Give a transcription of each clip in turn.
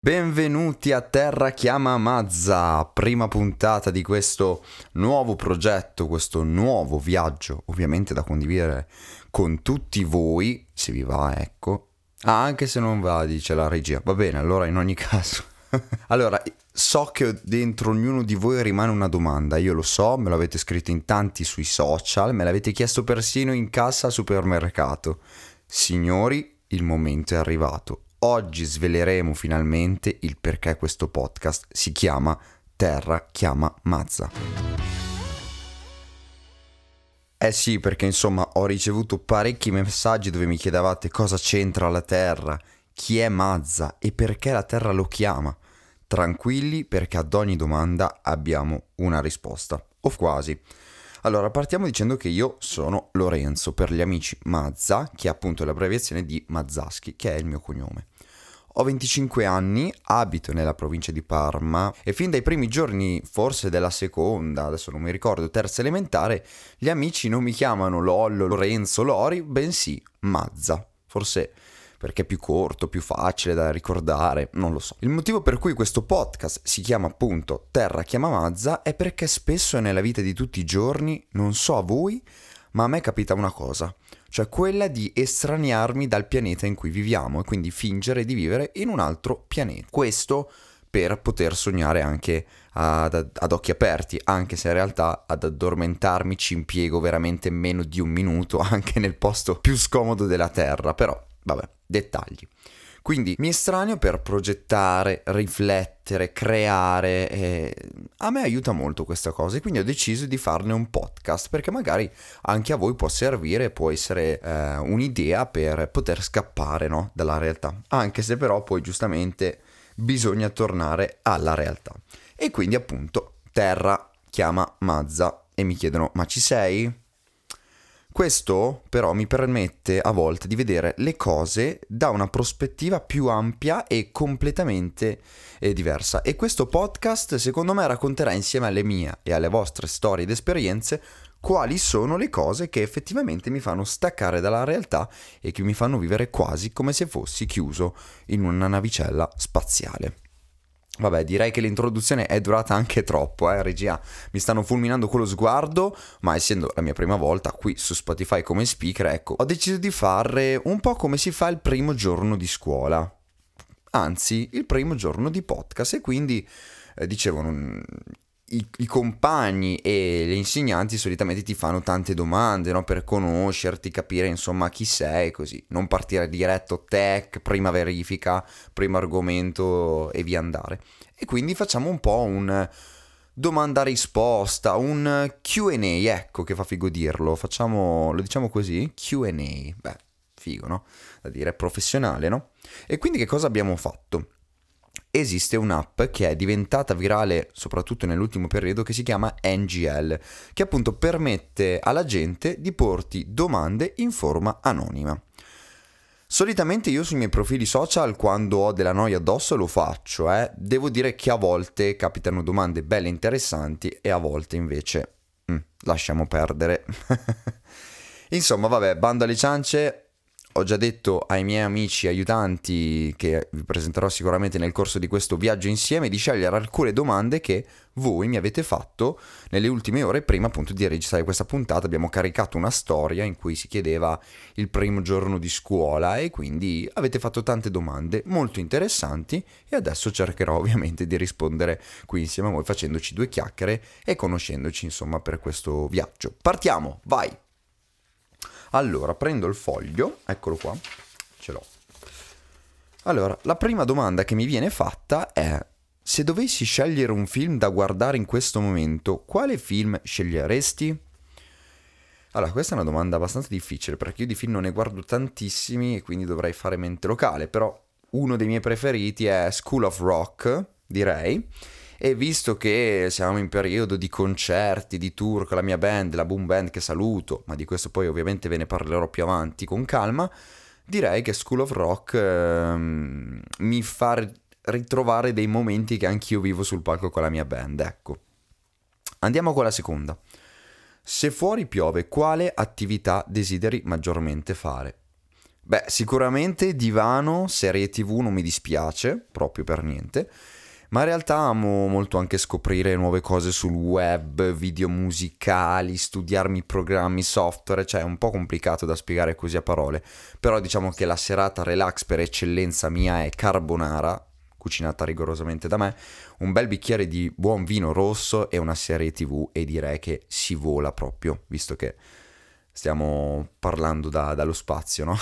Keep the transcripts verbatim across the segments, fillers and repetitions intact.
Benvenuti a Terra Chiama Mazza, prima puntata di questo nuovo progetto, questo nuovo viaggio, ovviamente da condividere con tutti voi, se vi va, ecco. Ah, anche se non va, dice la regia. Va bene, allora in ogni caso. Allora, so che dentro ognuno di voi rimane una domanda, io lo so, me l'avete scritto in tanti sui social, me l'avete chiesto persino in cassa al supermercato. Signori, il momento è arrivato. Oggi sveleremo finalmente il perché questo podcast si chiama Terra Chiama Mazza. Eh sì, perché insomma ho ricevuto parecchi messaggi dove mi chiedevate cosa c'entra la Terra, chi è Mazza e perché la Terra lo chiama. Tranquilli, perché ad ogni domanda abbiamo una risposta, o quasi. Allora, partiamo dicendo che io sono Lorenzo, per gli amici Mazza, che è appunto l'abbreviazione di Mazzaschi, che è il mio cognome. Ho venticinque anni, abito nella provincia di Parma e fin dai primi giorni, forse della seconda, adesso non mi ricordo, terza elementare, gli amici non mi chiamano Lollo, Lorenzo, Lori, bensì Mazza. Forse perché è più corto, più facile da ricordare, non lo so. Il motivo per cui questo podcast si chiama appunto Terra Chiama Mazza è perché spesso nella vita di tutti i giorni, non so a voi, ma a me capita una cosa, cioè quella di estraniarmi dal pianeta in cui viviamo e quindi fingere di vivere in un altro pianeta. Questo per poter sognare anche ad, ad occhi aperti, anche se in realtà ad addormentarmi ci impiego veramente meno di un minuto anche nel posto più scomodo della Terra, però vabbè, dettagli. Quindi mi estraneo per progettare, riflettere, creare e a me aiuta molto questa cosa e quindi ho deciso di farne un podcast perché magari anche a voi può servire, può essere eh, un'idea per poter scappare, no, dalla realtà, anche se però poi giustamente bisogna tornare alla realtà. E quindi appunto Terra Chiama Mazza e mi chiedono: ma ci sei? Questo però mi permette a volte di vedere le cose da una prospettiva più ampia e completamente eh, diversa. E questo podcast secondo me racconterà insieme alle mie e alle vostre storie ed esperienze quali sono le cose che effettivamente mi fanno staccare dalla realtà e che mi fanno vivere quasi come se fossi chiuso in una navicella spaziale. Vabbè, direi che l'introduzione è durata anche troppo, eh, regia, mi stanno fulminando con lo sguardo, ma essendo la mia prima volta qui su Spotify come speaker, ecco, ho deciso di fare un po' come si fa il primo giorno di scuola, anzi, il primo giorno di podcast, e quindi, eh, dicevo, non... I, i compagni e gli insegnanti solitamente ti fanno tante domande, no? Per conoscerti, capire insomma chi sei, così non partire diretto tech, prima verifica, primo argomento e via andare. E quindi facciamo un po' un domanda-risposta, un Q and A, ecco, che fa figo dirlo, facciamo, lo diciamo così, Q and A, beh, figo, no? Da dire professionale, no? E quindi che cosa abbiamo fatto? Esiste un'app che è diventata virale soprattutto nell'ultimo periodo che si chiama N G L, che appunto permette alla gente di porti domande in forma anonima. Solitamente io sui miei profili social quando ho della noia addosso lo faccio, eh. Devo dire che a volte capitano domande belle interessanti e a volte invece mm, lasciamo perdere. Insomma, vabbè, bando alle ciance. Ho già detto ai miei amici aiutanti, che vi presenterò sicuramente nel corso di questo viaggio insieme, di scegliere alcune domande che voi mi avete fatto nelle ultime ore prima appunto di registrare questa puntata. Abbiamo caricato una storia in cui si chiedeva il primo giorno di scuola e quindi avete fatto tante domande molto interessanti e adesso cercherò ovviamente di rispondere qui insieme a voi facendoci due chiacchiere e conoscendoci insomma per questo viaggio. Partiamo, vai! Allora, prendo il foglio, eccolo qua, ce l'ho. Allora, la prima domanda che mi viene fatta è: se dovessi scegliere un film da guardare in questo momento, quale film sceglieresti? Allora, questa è una domanda abbastanza difficile, perché io di film non ne guardo tantissimi e quindi dovrei fare mente locale, però uno dei miei preferiti è School of Rock, direi. E visto che siamo in periodo di concerti, di tour con la mia band, la Boom Band, che saluto, ma di questo poi ovviamente ve ne parlerò più avanti con calma, direi che School of Rock ehm, mi fa ritrovare dei momenti che anch'io vivo sul palco con la mia band, ecco. Andiamo con la seconda. Se fuori piove, quale attività desideri maggiormente fare? Beh, sicuramente divano, serie tivù non mi dispiace, proprio per niente, ma in realtà amo molto anche scoprire nuove cose sul web, video musicali, studiarmi programmi, software, cioè è un po' complicato da spiegare così a parole, però diciamo che la serata relax per eccellenza mia è carbonara, cucinata rigorosamente da me, un bel bicchiere di buon vino rosso e una serie tivù e direi che si vola proprio, visto che stiamo parlando da- dallo spazio, no?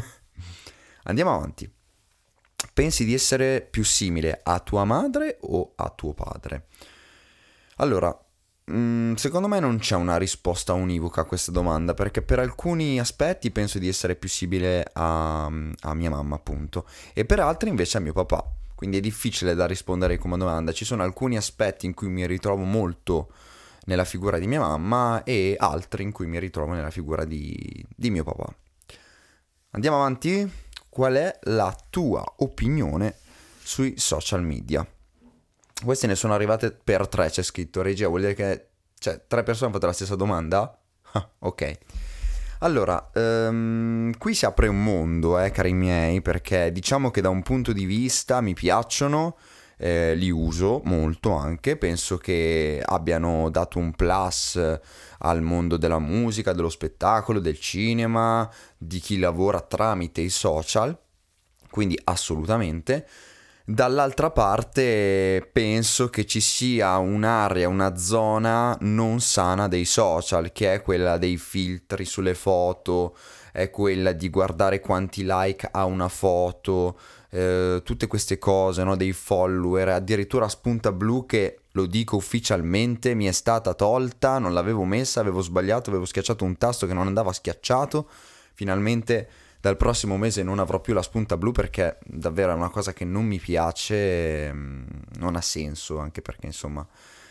Andiamo avanti. Pensi di essere più simile a tua madre o a tuo padre? Allora, mm, secondo me non c'è una risposta univoca a questa domanda, perché per alcuni aspetti penso di essere più simile a, a mia mamma, appunto, e per altri invece a mio papà. Quindi è difficile da rispondere come domanda. Ci sono alcuni aspetti in cui mi ritrovo molto nella figura di mia mamma e altri in cui mi ritrovo nella figura di, di mio papà. Andiamo avanti? Qual è la tua opinione sui social media? Queste ne sono arrivate per tre, c'è scritto regia, vuol dire che cioè, tre persone hanno fatto la stessa domanda? Ah, ok. Allora, ehm, qui si apre un mondo, eh, cari miei, perché diciamo che da un punto di vista mi piacciono, eh, li uso molto anche, penso che abbiano dato un plus al mondo della musica, dello spettacolo, del cinema, di chi lavora tramite i social, quindi assolutamente. Dall'altra parte penso che ci sia un'area, una zona non sana dei social, che è quella dei filtri sulle foto, è quella di guardare quanti like ha una foto, eh, tutte queste cose, no? Dei follower, addirittura spunta blu che, lo dico ufficialmente, mi è stata tolta, non l'avevo messa, avevo sbagliato, avevo schiacciato un tasto che non andava schiacciato, finalmente dal prossimo mese non avrò più la spunta blu perché davvero è una cosa che non mi piace, non ha senso, anche perché insomma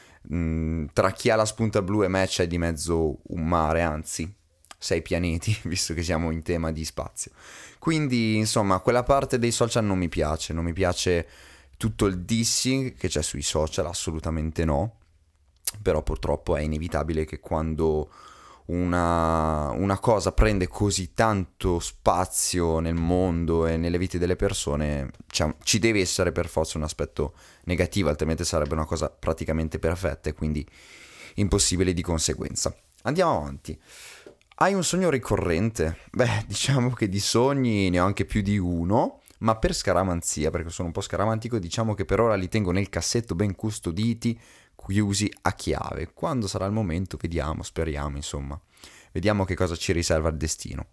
tra chi ha la spunta blu e me c'è di mezzo un mare, anzi sei pianeti, visto che siamo in tema di spazio. Quindi insomma quella parte dei social non mi piace, non mi piace tutto il dissing che c'è sui social, assolutamente no, però purtroppo è inevitabile che quando una, una cosa prende così tanto spazio nel mondo e nelle vite delle persone, cioè, ci deve essere per forza un aspetto negativo, altrimenti sarebbe una cosa praticamente perfetta e quindi impossibile di conseguenza. Andiamo avanti. Hai un sogno ricorrente? Beh, diciamo che di sogni ne ho anche più di uno, ma per scaramanzia, perché sono un po' scaramantico, diciamo che per ora li tengo nel cassetto ben custoditi, chiusi a chiave. Quando sarà il momento, vediamo, speriamo, insomma. Vediamo che cosa ci riserva il destino.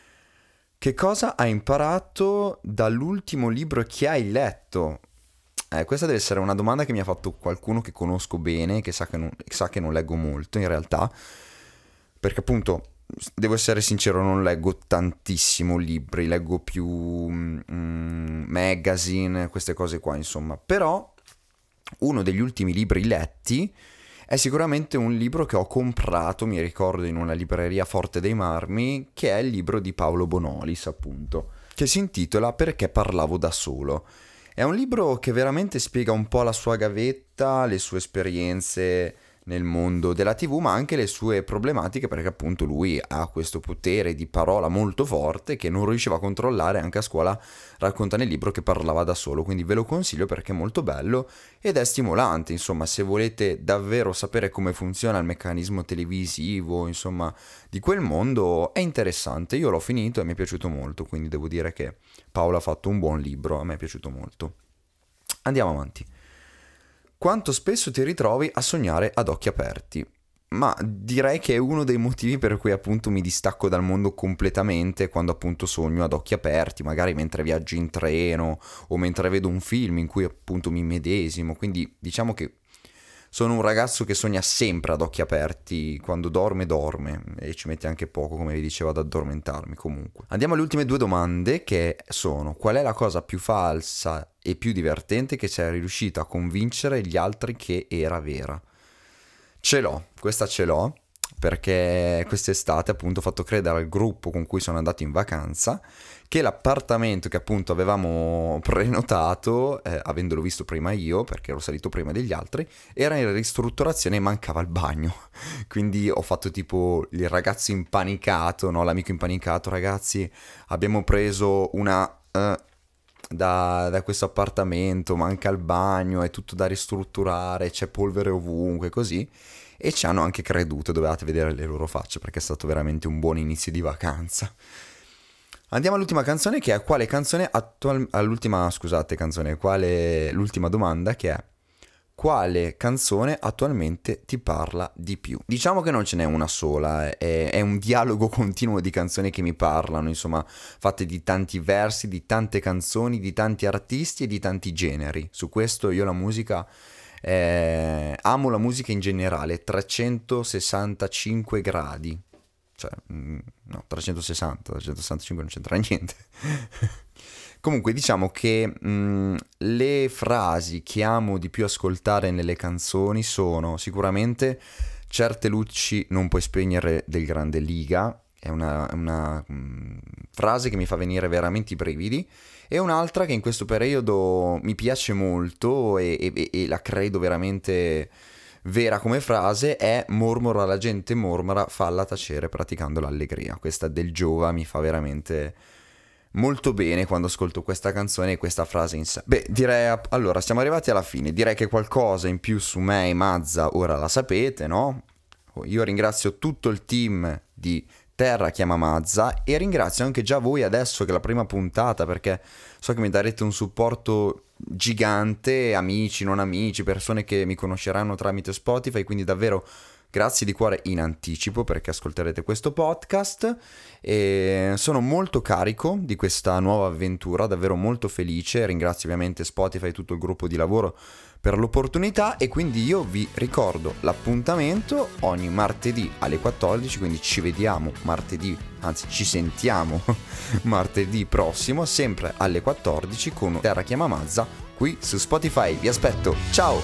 Che cosa hai imparato dall'ultimo libro che hai letto? Eh, questa deve essere una domanda che mi ha fatto qualcuno che conosco bene, che sa che non, sa che non leggo molto in realtà, perché appunto, devo essere sincero, non leggo tantissimo libri, leggo più mm, magazine, queste cose qua, insomma. Però uno degli ultimi libri letti è sicuramente un libro che ho comprato, mi ricordo, in una libreria Forte dei Marmi, che è il libro di Paolo Bonolis, appunto, che si intitola Perché parlavo da solo. È un libro che veramente spiega un po' la sua gavetta, le sue esperienze nel mondo della tivù, ma anche le sue problematiche, perché appunto lui ha questo potere di parola molto forte che non riusciva a controllare, anche a scuola racconta nel libro che parlava da solo, quindi ve lo consiglio perché è molto bello ed è stimolante, insomma, se volete davvero sapere come funziona il meccanismo televisivo, insomma, di quel mondo, è interessante. Io l'ho finito e mi è piaciuto molto, quindi devo dire che Paolo ha fatto un buon libro, a me è piaciuto molto. Andiamo avanti. Quanto spesso ti ritrovi a sognare ad occhi aperti? Ma direi che è uno dei motivi per cui appunto mi distacco dal mondo completamente quando appunto sogno ad occhi aperti, magari mentre viaggio in treno o mentre vedo un film in cui appunto mi medesimo, quindi diciamo che sono un ragazzo che sogna sempre ad occhi aperti, quando dorme dorme e ci mette anche poco, come vi dicevo, ad addormentarmi comunque. Andiamo alle ultime due domande che sono: qual è la cosa più falsa e più divertente che sei riuscito a convincere gli altri che era vera? Ce l'ho, questa ce l'ho. perché quest'estate appunto ho fatto credere al gruppo con cui sono andato in vacanza che l'appartamento che appunto avevamo prenotato, eh, avendolo visto prima io, perché ero salito prima degli altri, era in ristrutturazione e mancava il bagno. Quindi ho fatto tipo il ragazzo impanicato, no? L'amico impanicato, ragazzi, abbiamo preso una... Uh, da, da questo appartamento, manca il bagno, è tutto da ristrutturare, c'è polvere ovunque, così. E ci hanno anche creduto, dovevate vedere le loro facce, perché è stato veramente un buon inizio di vacanza. Andiamo all'ultima canzone, che è quale canzone attual... all'ultima, scusate, canzone, quale... l'ultima domanda, che è quale canzone attualmente ti parla di più? Diciamo che non ce n'è una sola, è, è un dialogo continuo di canzoni che mi parlano, insomma, fatte di tanti versi, di tante canzoni, di tanti artisti e di tanti generi. Su questo io la musica... Eh, amo la musica in generale, trecentosessantacinque gradi, cioè, no, trecentosessanta, trecentosessantacinque non c'entra niente. Comunque diciamo che mh, le frasi che amo di più ascoltare nelle canzoni sono sicuramente certe luci non puoi spegnere del Grande Liga, è una, una mh, frase che mi fa venire veramente i brividi, e un'altra che in questo periodo mi piace molto e, e, e la credo veramente vera come frase è mormora la gente mormora, falla tacere praticando l'allegria. Questa del Giova mi fa veramente molto bene quando ascolto questa canzone e questa frase in sé. Beh, direi, allora, siamo arrivati alla fine. Direi che qualcosa in più su me e Mazza ora la sapete, no? Io ringrazio tutto il team di Terra Chiama Mazza e ringrazio anche già voi adesso che è la prima puntata, perché so che mi darete un supporto gigante, amici, non amici, persone che mi conosceranno tramite Spotify, quindi davvero grazie di cuore in anticipo perché ascolterete questo podcast e sono molto carico di questa nuova avventura, davvero molto felice. Ringrazio ovviamente Spotify e tutto il gruppo di lavoro per l'opportunità e quindi io vi ricordo l'appuntamento ogni martedì alle quattordici, quindi ci vediamo martedì, anzi ci sentiamo martedì prossimo sempre alle quattordici con Terra Chiama Mazza qui su Spotify. Vi aspetto, ciao!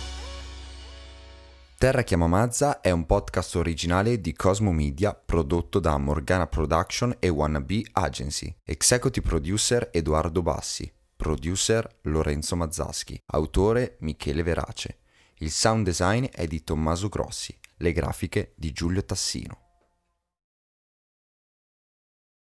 Terra Chiama Mazza è un podcast originale di Cosmo Media prodotto da Morgana Production e Wannabe Agency. Executive producer Edoardo Bassi. Producer Lorenzo Mazzaschi. Autore Michele Verace. Il sound design è di Tommaso Grossi. Le grafiche di Giulio Tassino.